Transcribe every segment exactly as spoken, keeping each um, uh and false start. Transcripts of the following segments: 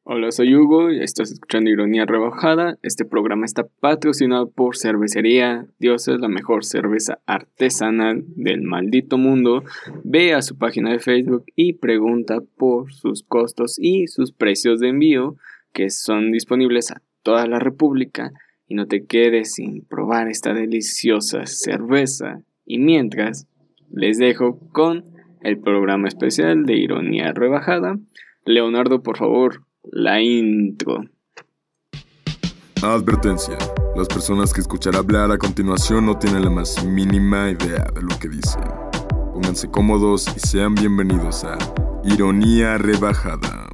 Hola, soy Hugo y estás escuchando Ironía Rebajada. Este programa está patrocinado por Cervecería Dioses, la mejor cerveza artesanal del maldito mundo. Ve a su página de Facebook y pregunta por sus costos y sus precios de envío, que son disponibles a toda la República. Y no te quedes sin probar esta deliciosa cerveza. Y mientras, les dejo con el programa especial de Ironía Rebajada. Leonardo, por favor, la intro. Advertencia: las personas que escuchará hablar a continuación no tienen la más mínima idea de lo que dicen. Pónganse cómodos y sean bienvenidos a Ironía Rebajada.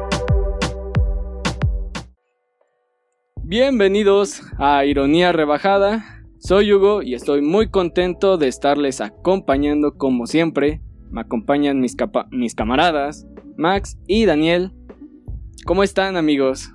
Bienvenidos a Ironía Rebajada. Soy Hugo y estoy muy contento de estarles acompañando como siempre. Me acompañan mis, capa- mis camaradas Max y Daniel. ¿Cómo están, amigos?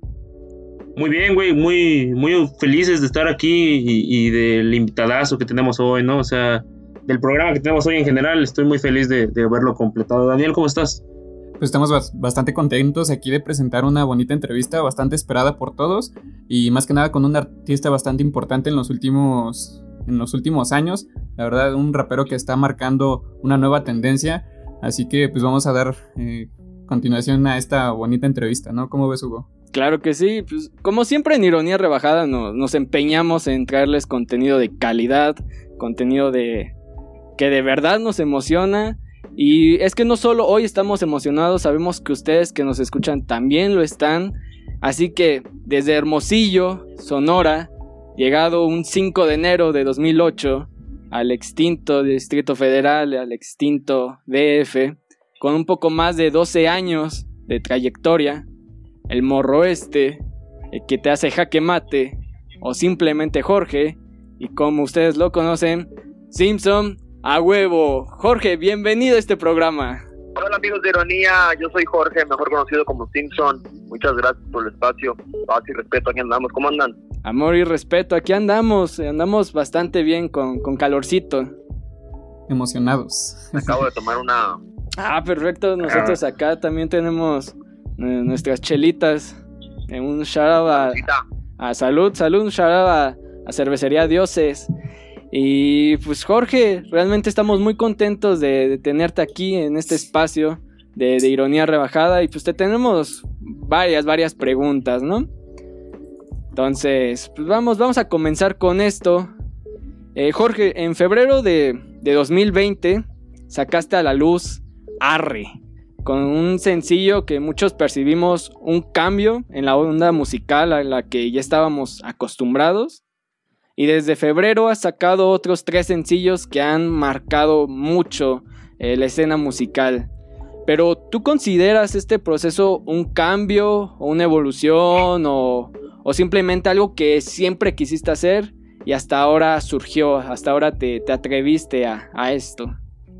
Muy bien, güey, muy, muy felices de estar aquí y, y del invitadazo que tenemos hoy, ¿no? O sea, del programa que tenemos hoy en general, estoy muy feliz de, de haberlo completado. Daniel, ¿cómo estás? Pues estamos bastante contentos aquí de presentar una bonita entrevista, bastante esperada por todos, y más que nada con un artista bastante importante en los últimos, en los últimos años. La verdad, un rapero que está marcando una nueva tendencia, así que pues vamos a dar eh, continuación a esta bonita entrevista, ¿no? ¿Cómo ves, Hugo? Claro que sí, pues como siempre en Ironía Rebajada nos, nos empeñamos en traerles contenido de calidad, contenido de que de verdad nos emociona. Y es que no solo hoy estamos emocionados, sabemos que ustedes que nos escuchan también lo están. Así que desde Hermosillo, Sonora, llegado un cinco de enero de dos mil ocho al extinto Distrito Federal, al extinto D F, con un poco más de doce años de trayectoria, el morro este, el que te hace jaque mate, o simplemente Jorge, y como ustedes lo conocen, Simpson a huevo. Jorge, bienvenido a este programa. Hola amigos de Ironía, yo soy Jorge, mejor conocido como Simpson. Muchas gracias por el espacio, paz y respeto, aquí andamos, ¿cómo andan? Amor y respeto, aquí andamos, andamos bastante bien, con, con calorcito. Emocionados. Acabo de tomar una... Ah, perfecto, nosotros acá también tenemos eh, nuestras chelitas. Eh, un shout out a, a salud, salud, un shout out a, a Cervecería Dioses. Y pues Jorge, realmente estamos muy contentos de, de tenerte aquí en este espacio de, de Ironía Rebajada. Y pues te tenemos varias, varias preguntas, ¿no? Entonces, pues vamos, vamos a comenzar con esto. eh, Jorge, en febrero de, de dos mil veinte sacaste a la luz Arre, con un sencillo que muchos percibimos un cambio en la onda musical a la que ya estábamos acostumbrados. Y desde febrero has sacado otros tres sencillos que han marcado mucho eh, la escena musical. Pero ¿tú consideras este proceso un cambio o una evolución o, o simplemente algo que siempre quisiste hacer y hasta ahora surgió, hasta ahora te, te atreviste a, a esto?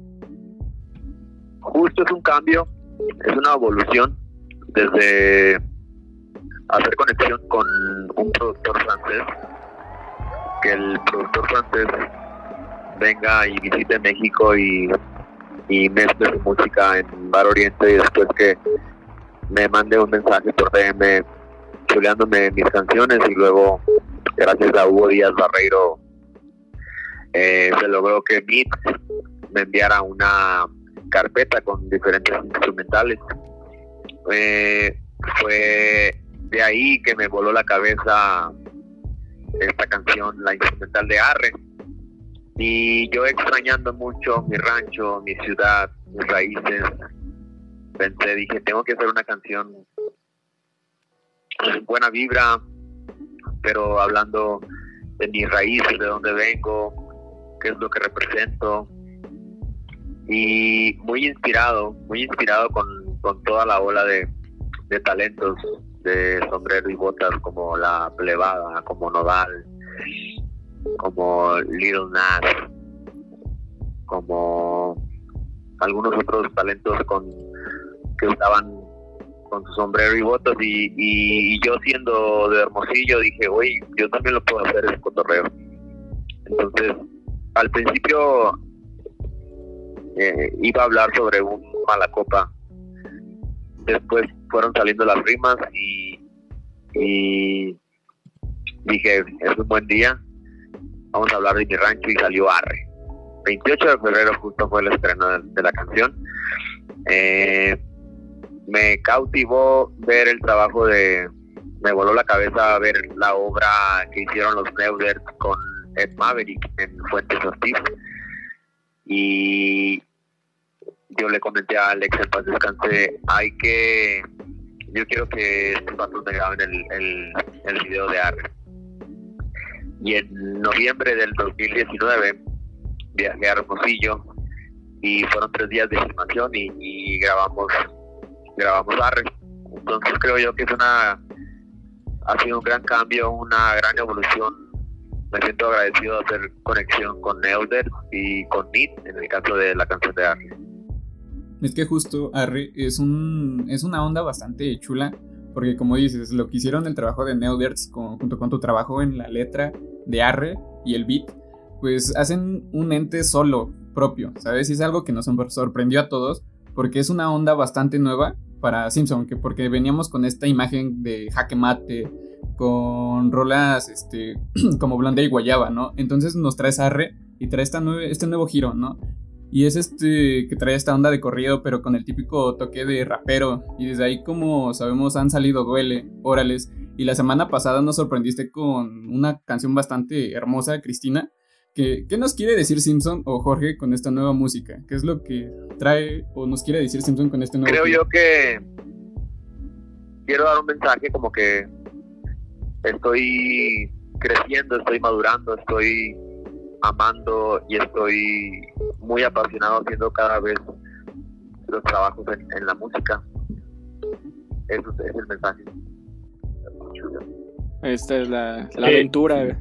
Justo es un cambio, es una evolución desde hacer conexión con un productor francés, que el productor francés venga y visite México y, y mezcle su música en Bar Oriente, y después que me mande un mensaje por D M chuleándome mis canciones, y luego gracias a Hugo Díaz Barreiro eh, se logró que Mix me enviara una carpeta con diferentes instrumentales. Eh, fue de ahí que me voló la cabeza esta canción, la instrumental de Arre. Y yo, extrañando mucho mi rancho, mi ciudad, mis raíces, pensé, dije, tengo que hacer una canción buena vibra, pero hablando de mis raíces, de dónde vengo, qué es lo que represento. Y muy inspirado, muy inspirado con, con toda la ola de, de talentos de sombrero y botas, como La Plebada, como Nodal, como Lil Nas, como algunos otros talentos con que estaban con su sombrero y botas, y, y, y yo siendo de Hermosillo dije, oye, yo también lo puedo hacer, ese cotorreo. Entonces, al principio eh, iba a hablar sobre un Malacopa, después fueron saliendo las rimas y, y dije, es un buen día, vamos a hablar de mi rancho, y salió Arre. veintiocho de febrero justo fue el estreno de, de la canción. Eh, me cautivó ver el trabajo de, me voló la cabeza ver la obra que hicieron los Neuders con Ed Maverick en Fuentes Ortiz, y yo le comenté a Alex, en paz descanse, hay que, yo quiero que estos vatos me graben el, el, el video de Arre. Y en noviembre del dos mil diecinueve viajé a Hermosillo y fueron tres días de filmación y, y grabamos grabamos Arre. Entonces creo yo que es una ha sido un gran cambio, una gran evolución. Me siento agradecido de hacer conexión con Neuders y con Nit en el caso de la canción de Arre. Es que justo Arre es un es una onda bastante chula, porque como dices, lo que hicieron el trabajo de Neuders con, junto con tu trabajo en la letra de Arre y el beat, pues hacen un ente solo, propio, ¿sabes? Y es algo que nos sorprendió a todos, porque es una onda bastante nueva para Simpson, que porque veníamos con esta imagen de jaque mate, con rolas este, como Blonde y Guayaba, ¿no? Entonces nos traes Arre y trae esta nueve, este nuevo giro, ¿no? Y es este que trae esta onda de corrido, pero con el típico toque de rapero. Y desde ahí, como sabemos, han salido Duele, Órales. Y la semana pasada nos sorprendiste con una canción bastante hermosa, Cristina. ¿Qué, ¿Qué nos quiere decir Simpson o Jorge con esta nueva música? ¿Qué es lo que trae o nos quiere decir Simpson con este nuevo Creo giro? yo que quiero dar un mensaje como que estoy creciendo, estoy madurando, estoy amando y estoy muy apasionado haciendo cada vez los trabajos en, en la música. Eso es, es el mensaje. Esta es la, la Eh, aventura.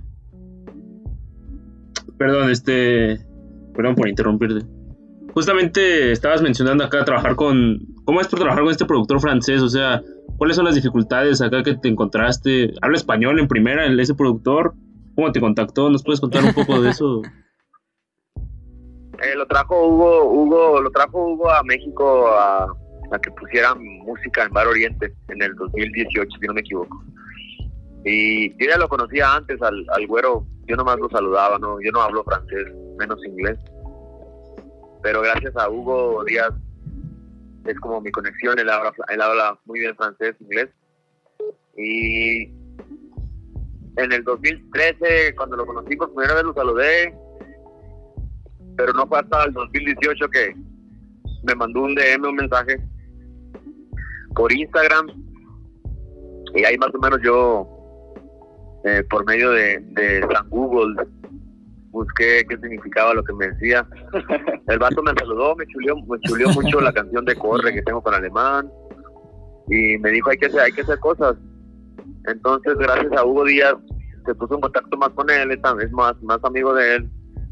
Perdón, este... Perdón por interrumpirte. Justamente estabas mencionando acá trabajar con... ¿Cómo es por trabajar con este productor francés? O sea, ¿cuáles son las dificultades acá que te encontraste? ¿Habla español en primera, el, ese productor? ¿Cómo te contactó? ¿Nos puedes contar un poco de eso? Eh, lo trajo Hugo, Hugo, lo trajo Hugo a México a, a que pusieran música en Bar Oriente en el dos mil dieciocho, si no me equivoco. Y yo ya lo conocía antes al, al güero, yo nomás lo saludaba, no, yo no hablo francés, menos inglés. Pero gracias a Hugo Díaz es como mi conexión, él habla, él habla muy bien francés, inglés. Y en el dos mil trece, cuando lo conocí por primera vez, lo saludé, pero no fue hasta el dos mil dieciocho que me mandó un D M, un mensaje por Instagram, y ahí más o menos yo eh, por medio de, de San Google busqué qué significaba lo que me decía. El vato me saludó, me chuleó, me chuleó mucho la canción de Corre que tengo con Alemán, y me dijo hay que hacer, hay que hacer cosas. Entonces gracias a Hugo Díaz se puso en contacto más con él, es más, más amigo de él,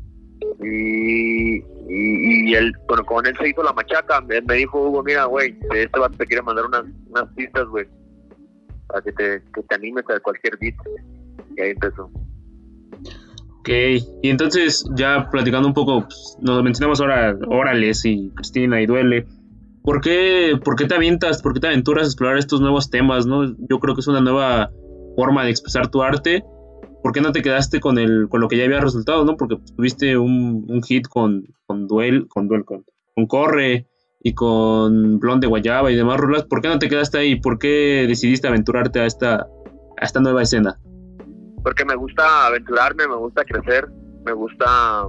y, y, y él, bueno, con él se hizo la machaca. Él me dijo, Hugo, mira, güey, este vato te quiere mandar unas, unas pistas, güey, para que te, que te animes a cualquier beat. Y ahí empezó. Ok, y entonces ya platicando un poco, pues, nos mencionamos ahora Órales y Cristina y Duele. ¿Por qué, ¿Por qué te avientas, por qué te aventuras a explorar estos nuevos temas, no? Yo creo que es una nueva forma de expresar tu arte. ¿Por qué no te quedaste con el con lo que ya había resultado, no? Porque pues, tuviste un, un hit con, con Duel, con Duel, con, con Corre y con Blonde de Guayaba y demás rolas. ¿Por qué no te quedaste ahí? ¿Por qué decidiste aventurarte a esta, a esta nueva escena? Porque me gusta aventurarme, me gusta crecer, me gusta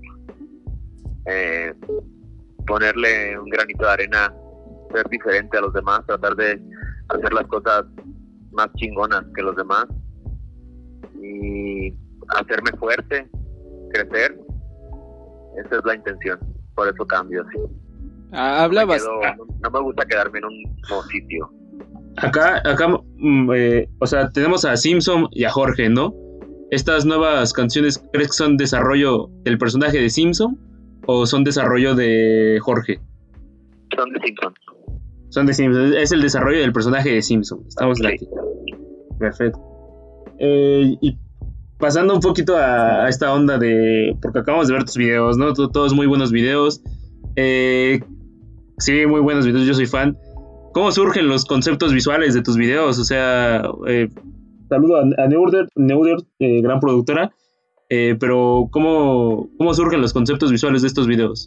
eh, ponerle un granito de arena, ser diferente a los demás, tratar de hacer las cosas más chingonas que los demás y hacerme fuerte, crecer. Esa es la intención, por eso cambio, sí. Ah, hablabas. Me quedo, no, no me gusta quedarme en un mismo sitio. Acá, acá, mm, eh, o sea, tenemos a Simpson y a Jorge, ¿no? ¿Estas nuevas canciones crees que son desarrollo del personaje de Simpson o son desarrollo de Jorge? Son de Simpson. Son de Simpson, es el desarrollo del personaje de Simpson. Estamos Sí. aquí. Perfecto. Eh, y pasando un poquito a, a esta onda de... Porque acabamos de ver tus videos, ¿no? Todos muy buenos videos. Eh, sí, muy buenos videos, yo soy fan. ¿cómo surgen los conceptos visuales de tus videos? O sea, eh, saludo a, a Neuder, Neuder eh, gran productora, eh, pero ¿cómo, ¿cómo surgen los conceptos visuales de estos videos?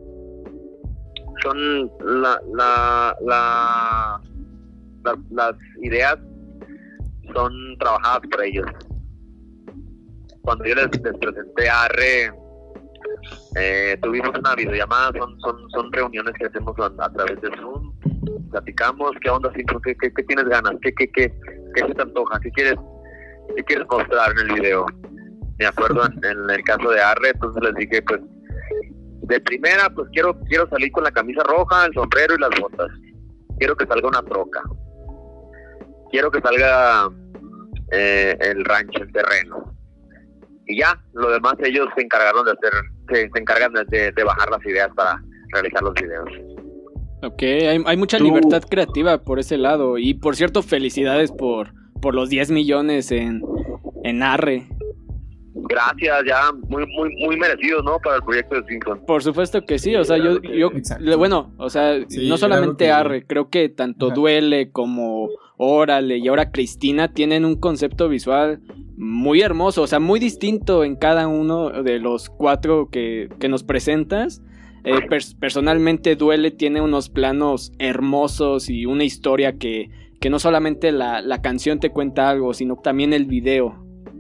Son la, la, la, la, las ideas son trabajadas por ellos. Cuando yo les, les presenté a Arre, eh, tuvimos una videollamada, son, son, son reuniones que hacemos a, a través de Zoom, platicamos, qué onda, qué, qué, qué tienes ganas, qué, qué, qué, qué se te antoja, qué quieres, qué quieres mostrar en el video. Me acuerdo en, en el caso de Arre, entonces les dije, pues, de primera, pues quiero, quiero salir con la camisa roja, el sombrero y las botas. Quiero que salga una troca. Quiero que salga eh, el rancho, el terreno. Y ya, lo demás ellos se encargaron de hacer, se, se encargan de, de bajar las ideas para realizar los videos. Ok, hay, hay mucha Tú... libertad creativa por ese lado. Y por cierto, felicidades por, por los diez millones en, en Arre. Gracias, ya muy muy muy merecido, ¿no? Para el proyecto de Simpson. Por supuesto que sí, o sea, yo, yo bueno, o sea, sí, no solamente que... Arre, creo que tanto Ajá. Duele como Órale y ahora Cristina tienen un concepto visual muy hermoso, o sea, muy distinto en cada uno de los cuatro que, que nos presentas. Eh, pers- personalmente Duele tiene unos planos hermosos y una historia que, que no solamente la, la canción te cuenta algo, sino también el video.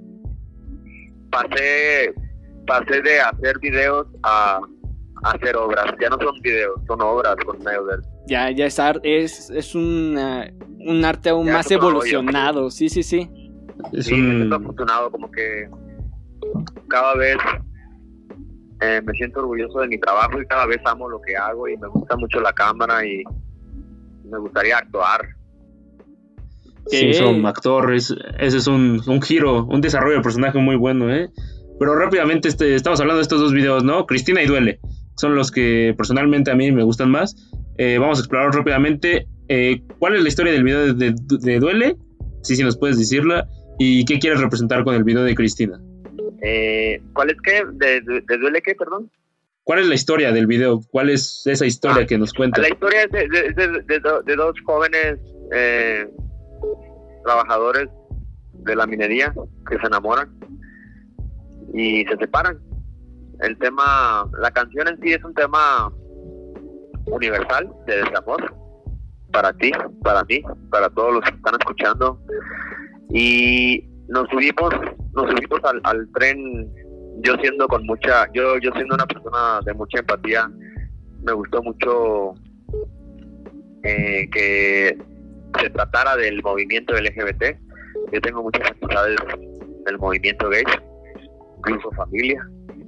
Pasé, pasé de hacer videos a, a hacer obras. Ya no son videos, son obras con Neuder. Ya, ya es, ar- es, es una, un arte aún ya más evolucionado, rollo. sí, sí, sí. Es sí, un... me siento afortunado, como que cada vez eh, me siento orgulloso de mi trabajo y cada vez amo lo que hago y me gusta mucho la cámara y me gustaría actuar. Simpson, actor, es, ese es un, un giro, un desarrollo de personaje muy bueno, ¿eh? Pero rápidamente este, estamos hablando de estos dos videos, ¿no? Cristina y Duele, son los que personalmente a mí me gustan más. Eh, vamos a explorar rápidamente eh, cuál es la historia del video de, de, de Duele, sí, sí nos puedes decirla, y qué quieres representar con el video de Cristina. Eh, ¿Cuál es qué? ¿De, de, de Duele qué, perdón? ¿Cuál es la historia del video? ¿Cuál es esa historia ah, que nos cuenta? La historia es de, de, de, de, de, de dos jóvenes eh, trabajadores de la minería que se enamoran y se separan. El tema, la canción en sí es un tema universal de desamor para ti, para mí, para todos los que están escuchando, y nos subimos, nos subimos al, al tren. Yo siendo con mucha, yo yo siendo una persona de mucha empatía, me gustó mucho eh, que se tratara del movimiento L G B T. Yo tengo muchas amistades del movimiento gay, incluso familia,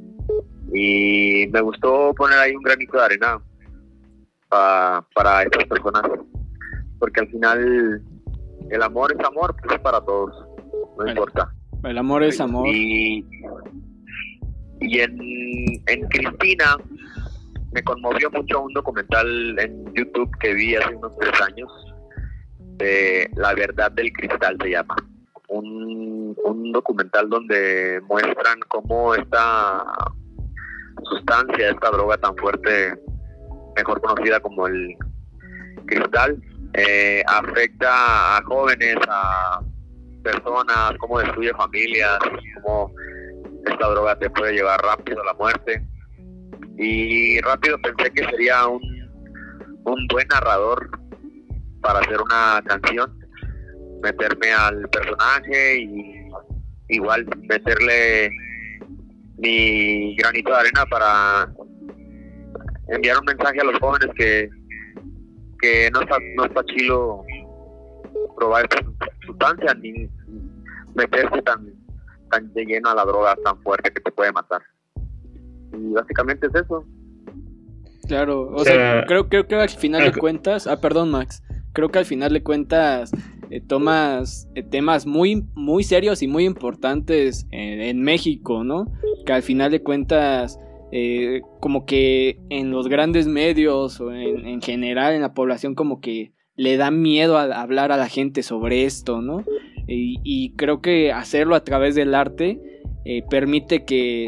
y me gustó poner ahí un granito de arena pa, para estas personas, porque al final el amor es amor, pues es para todos, no importa. El amor es amor. Y, y en, en Cristina me conmovió mucho un documental en YouTube que vi hace unos tres años, de La Verdad del Cristal se llama. Un, un documental donde muestran cómo esta sustancia, esta droga tan fuerte, mejor conocida como el cristal, eh, afecta a jóvenes, a personas, cómo destruye familias, cómo esta droga te puede llevar rápido a la muerte. Y rápido pensé que sería un, un buen narrador para hacer una canción, meterme al personaje y igual meterle mi granito de arena para enviar un mensaje a los jóvenes que que no está no está chido probar esta sustancia ni meterse tan tan de lleno a la droga tan fuerte que te puede matar. Y básicamente es eso. Claro, o sea, creo, creo que al final de cuentas, ah, perdón Max, creo que al final de cuentas eh, tomas eh, temas muy, muy serios y muy importantes en, en México, ¿no? Que al final de cuentas, eh, como que en los grandes medios o en, en general en la población como que le da miedo a, a hablar a la gente sobre esto, ¿no? Y, y creo que hacerlo a través del arte eh, permite que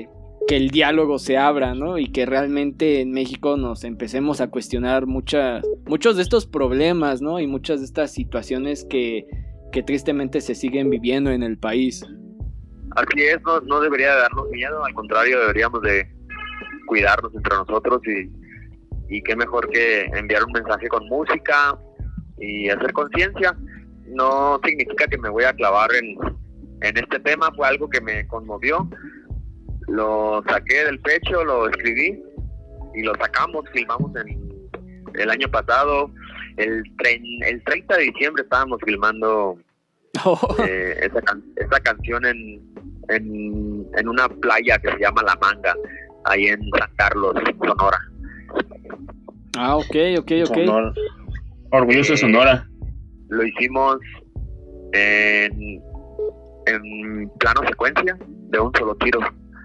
que el diálogo se abra, ¿no? Y que realmente en México nos empecemos a cuestionar muchas, muchos de estos problemas, ¿no? Y muchas de estas situaciones que, que tristemente se siguen viviendo en el país. Así es, no, no debería darnos miedo, al contrario, deberíamos de cuidarnos entre nosotros y, y qué mejor que enviar un mensaje con música y hacer conciencia. No significa que me voy a clavar en, en este tema, fue algo que me conmovió, lo saqué del pecho, lo escribí y lo sacamos, filmamos en el año pasado, el, tren, el treinta de diciembre estábamos filmando oh. eh, esa, can, esa canción en, en, en una playa que se llama La Manga, ahí en San Carlos, Sonora. Ah, ok, ok, ok. Sonora. Orgulloso de Sonora. Eh, lo hicimos en, en plano secuencia, de un solo tiro.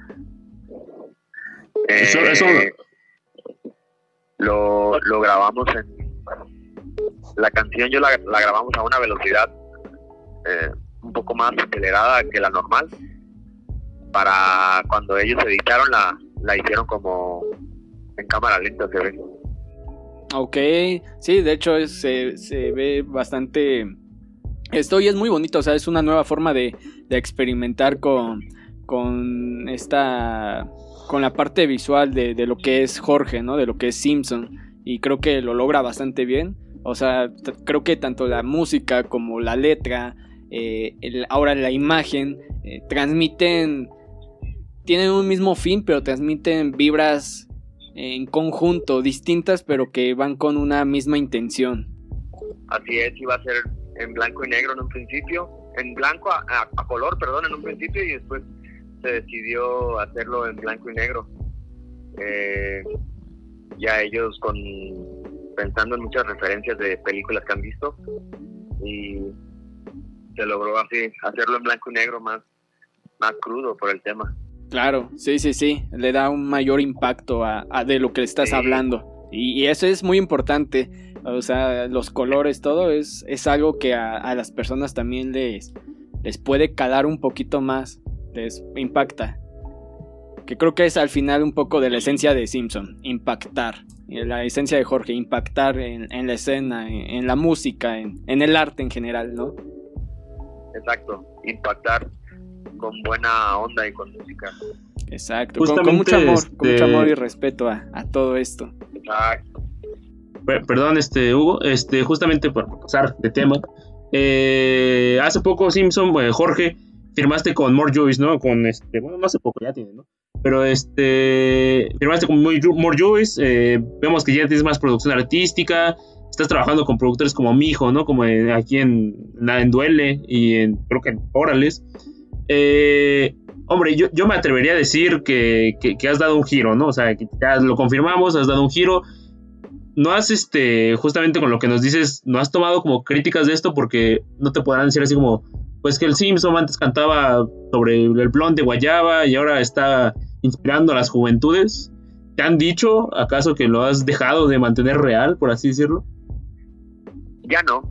Eh, eso, eso... Lo, lo grabamos en... La canción yo la, la grabamos a una velocidad eh, un poco más acelerada que la normal. Para cuando ellos editaron, la, la hicieron como en cámara lenta, se ve. Ok, sí, de hecho es, se, se ve bastante... Esto y es muy bonito, o sea, es una nueva forma de, de experimentar con, con esta... con la parte visual de, de lo que es Jorge, ¿no? De lo que es Simpson. Y creo que lo logra bastante bien. O sea, t- creo que tanto la música como la letra, eh, el, ahora la imagen, eh, transmiten... Tienen un mismo fin, pero transmiten vibras en conjunto, distintas, pero que van con una misma intención. Así es, iba a ser en blanco y negro en un principio, en blanco a, a, a color, perdón, en un principio, y después se decidió hacerlo en blanco y negro. Eh, ya ellos con pensando en muchas referencias de películas que han visto, y se logró así hacerlo en blanco y negro, más, más crudo por el tema. Claro, sí, sí, sí, le da un mayor impacto a, a de lo que estás sí. hablando, y, y eso es muy importante. O sea, los colores, todo es, es algo que a, a las personas también les, les puede calar un poquito más, les impacta. Que creo que es al final un poco de la esencia de Simpson, impactar. La esencia de Jorge, impactar en, en la escena, en, en la música, en, en el arte en general, ¿no? Exacto, impactar con buena onda y con música. Exacto, con, con mucho amor, este... con mucho amor y respeto a, a todo esto. Exacto. Perdón, este Hugo, este justamente por pasar de tema, eh, hace poco Simpson, eh, Jorge, firmaste con More Juice, ¿no? Con este, bueno, no hace poco ya tiene, ¿no? Pero este, firmaste con More Juice, eh, vemos que ya tienes más producción artística, estás trabajando con productores como Mijo, ¿no? Como en, aquí en, en Duele y en, creo que en Órales. Eh, hombre, yo, yo me atrevería a decir que, que, que has dado un giro, ¿no? O sea, que ya lo confirmamos, has dado un giro. No has, este, justamente con lo que nos dices, no has tomado como críticas de esto, porque no te podrán decir así como, pues que el Simpson antes cantaba sobre el blond de guayaba y ahora está inspirando a las juventudes. ¿Te han dicho acaso que lo has dejado de mantener real, por así decirlo? Ya no.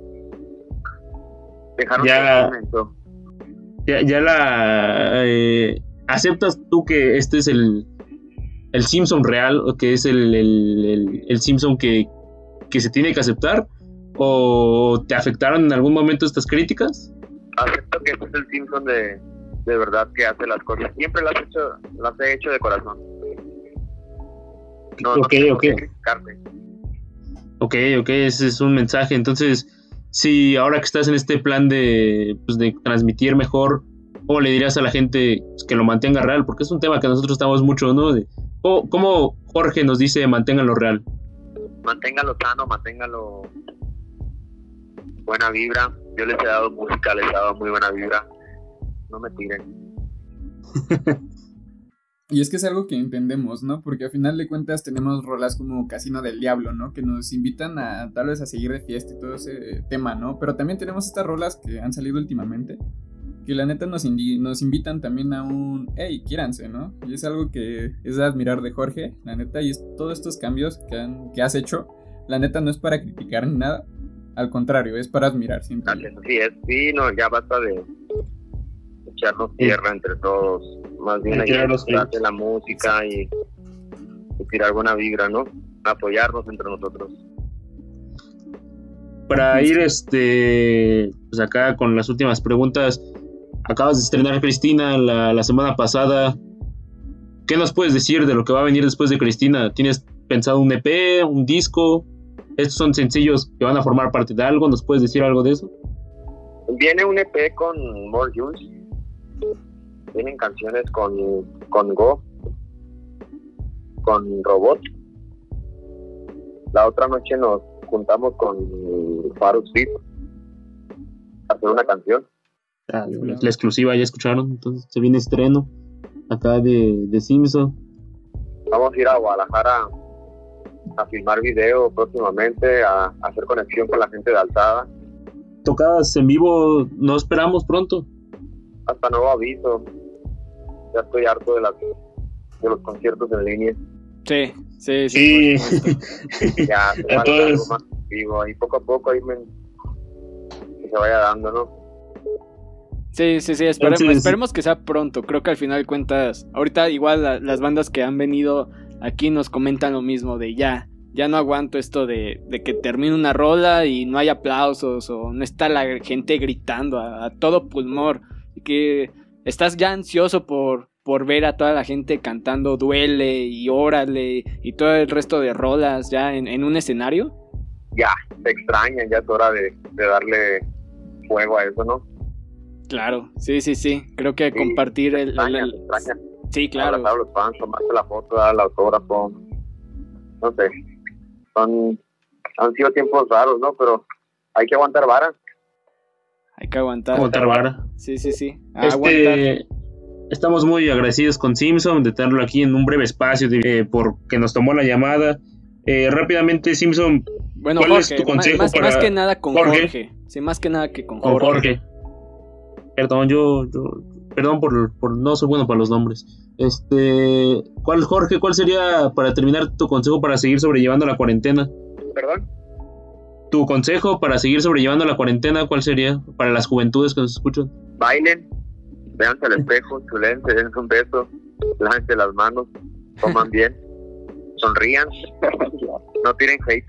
Dejaron ya, de momento. Ya, ya la... Eh, ¿aceptas tú que este es el... el Simpson real, que es el, el, el, el Simpson que, que se tiene que aceptar? ¿O te afectaron en algún momento estas críticas? Acepto que este es el Simpson de, de verdad que hace las cosas. Siempre las he hecho, las he hecho de corazón. No, ok, no ok. Ok, ok, ese es un mensaje. Entonces, sí, ahora que estás en este plan de, pues, de transmitir mejor, ¿cómo le dirías a la gente que lo mantenga real? Porque es un tema que nosotros estamos mucho, ¿no? De, ¿Cómo, ¿Cómo Jorge nos dice manténganlo real? Manténgalo sano, manténgalo buena vibra. Yo les he dado música, les he dado muy buena vibra. No me tiren. Y es que es algo que entendemos, ¿no? Porque al final de cuentas tenemos rolas como Casino del Diablo, ¿no? Que nos invitan a tal vez a seguir de fiesta y todo ese tema, ¿no? Pero también tenemos estas rolas que han salido últimamente, que la neta nos, indi- nos invitan también a un hey, quiéranse, ¿no? Y es algo que es de admirar de Jorge, la neta, y es todos estos cambios que, han, que has hecho, la neta no es para criticar ni nada, al contrario, es para admirar siempre. Sí, es, sí, no, ya basta de echarnos tierra entre todos, más bien ahí de la música y, y tirar buena vibra, ¿no? Apoyarnos entre nosotros. Para ir este pues acá con las últimas preguntas, acabas de estrenar Cristina la, la semana pasada. ¿Qué nos puedes decir de lo que va a venir después de Cristina? ¿Tienes pensado un E P, un disco? ¿Estos son sencillos que van a formar parte de algo? ¿Nos puedes decir algo de eso? Viene un E P con More Jules. Vienen canciones con, con Go, con Robot. La otra noche nos juntamos con Faruk Fit a hacer una canción. Ah, la exclusiva, ya escucharon. Entonces se viene estreno acá de, de Simpson. Vamos a ir a Guadalajara a filmar video próximamente, a, a hacer conexión con la gente de Alzada. Tocadas en vivo, ¿no esperamos pronto? Hasta nuevo aviso. Ya estoy harto de, las, de los conciertos en línea. Sí, sí, sí. sí. Ya, se va todos... algo más vivo. Y poco a poco ahí me, que se vaya dando, ¿no? Sí, sí, sí, esperemos, Entonces, esperemos que sea pronto. Creo que al final de cuentas, ahorita igual la, las bandas que han venido aquí nos comentan lo mismo, de ya, ya no aguanto esto de, de que termine una rola y no hay aplausos o no está la gente gritando a, a todo pulmón, que estás ya ansioso por, por ver a toda la gente cantando Duele y Órale y todo el resto de rolas ya en, en un escenario. Ya, se extraña, ya es hora de, de darle fuego a eso, ¿no? Claro, sí, sí, sí. Creo que sí, compartir el, extraña, el, el... extraña. Sí, claro. Abrazar a los fans, tomarse la foto, dar el autógrafo. No sé. Son, han sido tiempos raros, ¿no? Pero hay que aguantar vara. Hay que aguantar. Aguantar vara. Sí, sí, sí. A este, aguantar. Estamos muy agradecidos con Simpson de tenerlo aquí en un breve espacio, de, eh, porque nos tomó la llamada. Eh, rápidamente, Simpson, bueno, ¿cuál Jorge, es tu consejo más, para... más que nada con Jorge. Jorge. Sí, más que nada que con Jorge. Con Jorge. Perdón, yo, yo perdón por, por no soy bueno para los nombres. Este, ¿cuál Jorge, cuál sería para terminar tu consejo para seguir sobrellevando la cuarentena? ¿Perdón? Tu consejo para seguir sobrellevando la cuarentena, ¿cuál sería para las juventudes que nos escuchan? Bailen, véanse al espejo, chulense, dense un beso, lávense las manos, coman bien, sonrían, no tiren hate.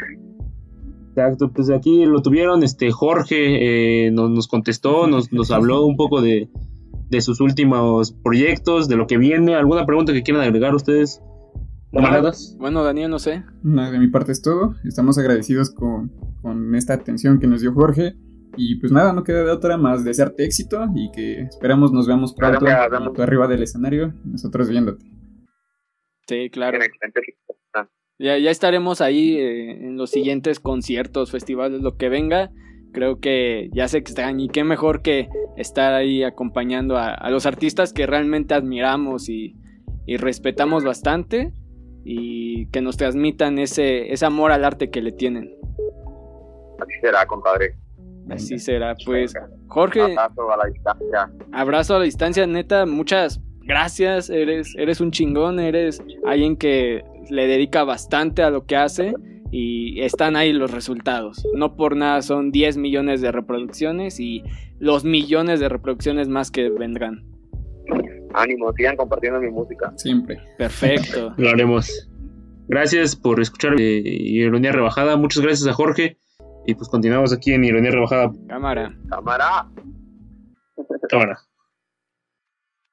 Exacto, pues aquí lo tuvieron, este Jorge eh, nos, nos contestó, nos, nos habló un poco de, de sus últimos proyectos, de lo que viene. ¿Alguna pregunta que quieran agregar ustedes, camaradas? Bueno, Daniel, no sé. No, de mi parte es todo. Estamos agradecidos con, con esta atención que nos dio Jorge. Y pues nada, no queda de otra más desearte éxito y que esperamos nos veamos pronto claro, tú arriba del escenario, nosotros viéndote. Sí, claro. Ya, ya estaremos ahí eh, en los siguientes conciertos, festivales, lo que venga. Creo que ya se extraña y qué mejor que estar ahí acompañando a, a los artistas que realmente admiramos y, y respetamos bastante y que nos transmitan ese, ese amor al arte que le tienen. Así será, compadre. Así será, pues Jorge. Abrazo a la distancia. Abrazo a la distancia, neta, muchas gracias, eres, eres un chingón, eres alguien que le dedica bastante a lo que hace y están ahí los resultados. No por nada son diez millones de reproducciones y los millones de reproducciones más que vendrán. Ánimo, sigan compartiendo mi música. Siempre. Perfecto. Lo haremos. Gracias por escuchar eh, Ironía Rebajada. Muchas gracias a Jorge. Y pues continuamos aquí en Ironía Rebajada. Cámara. Cámara. Cámara.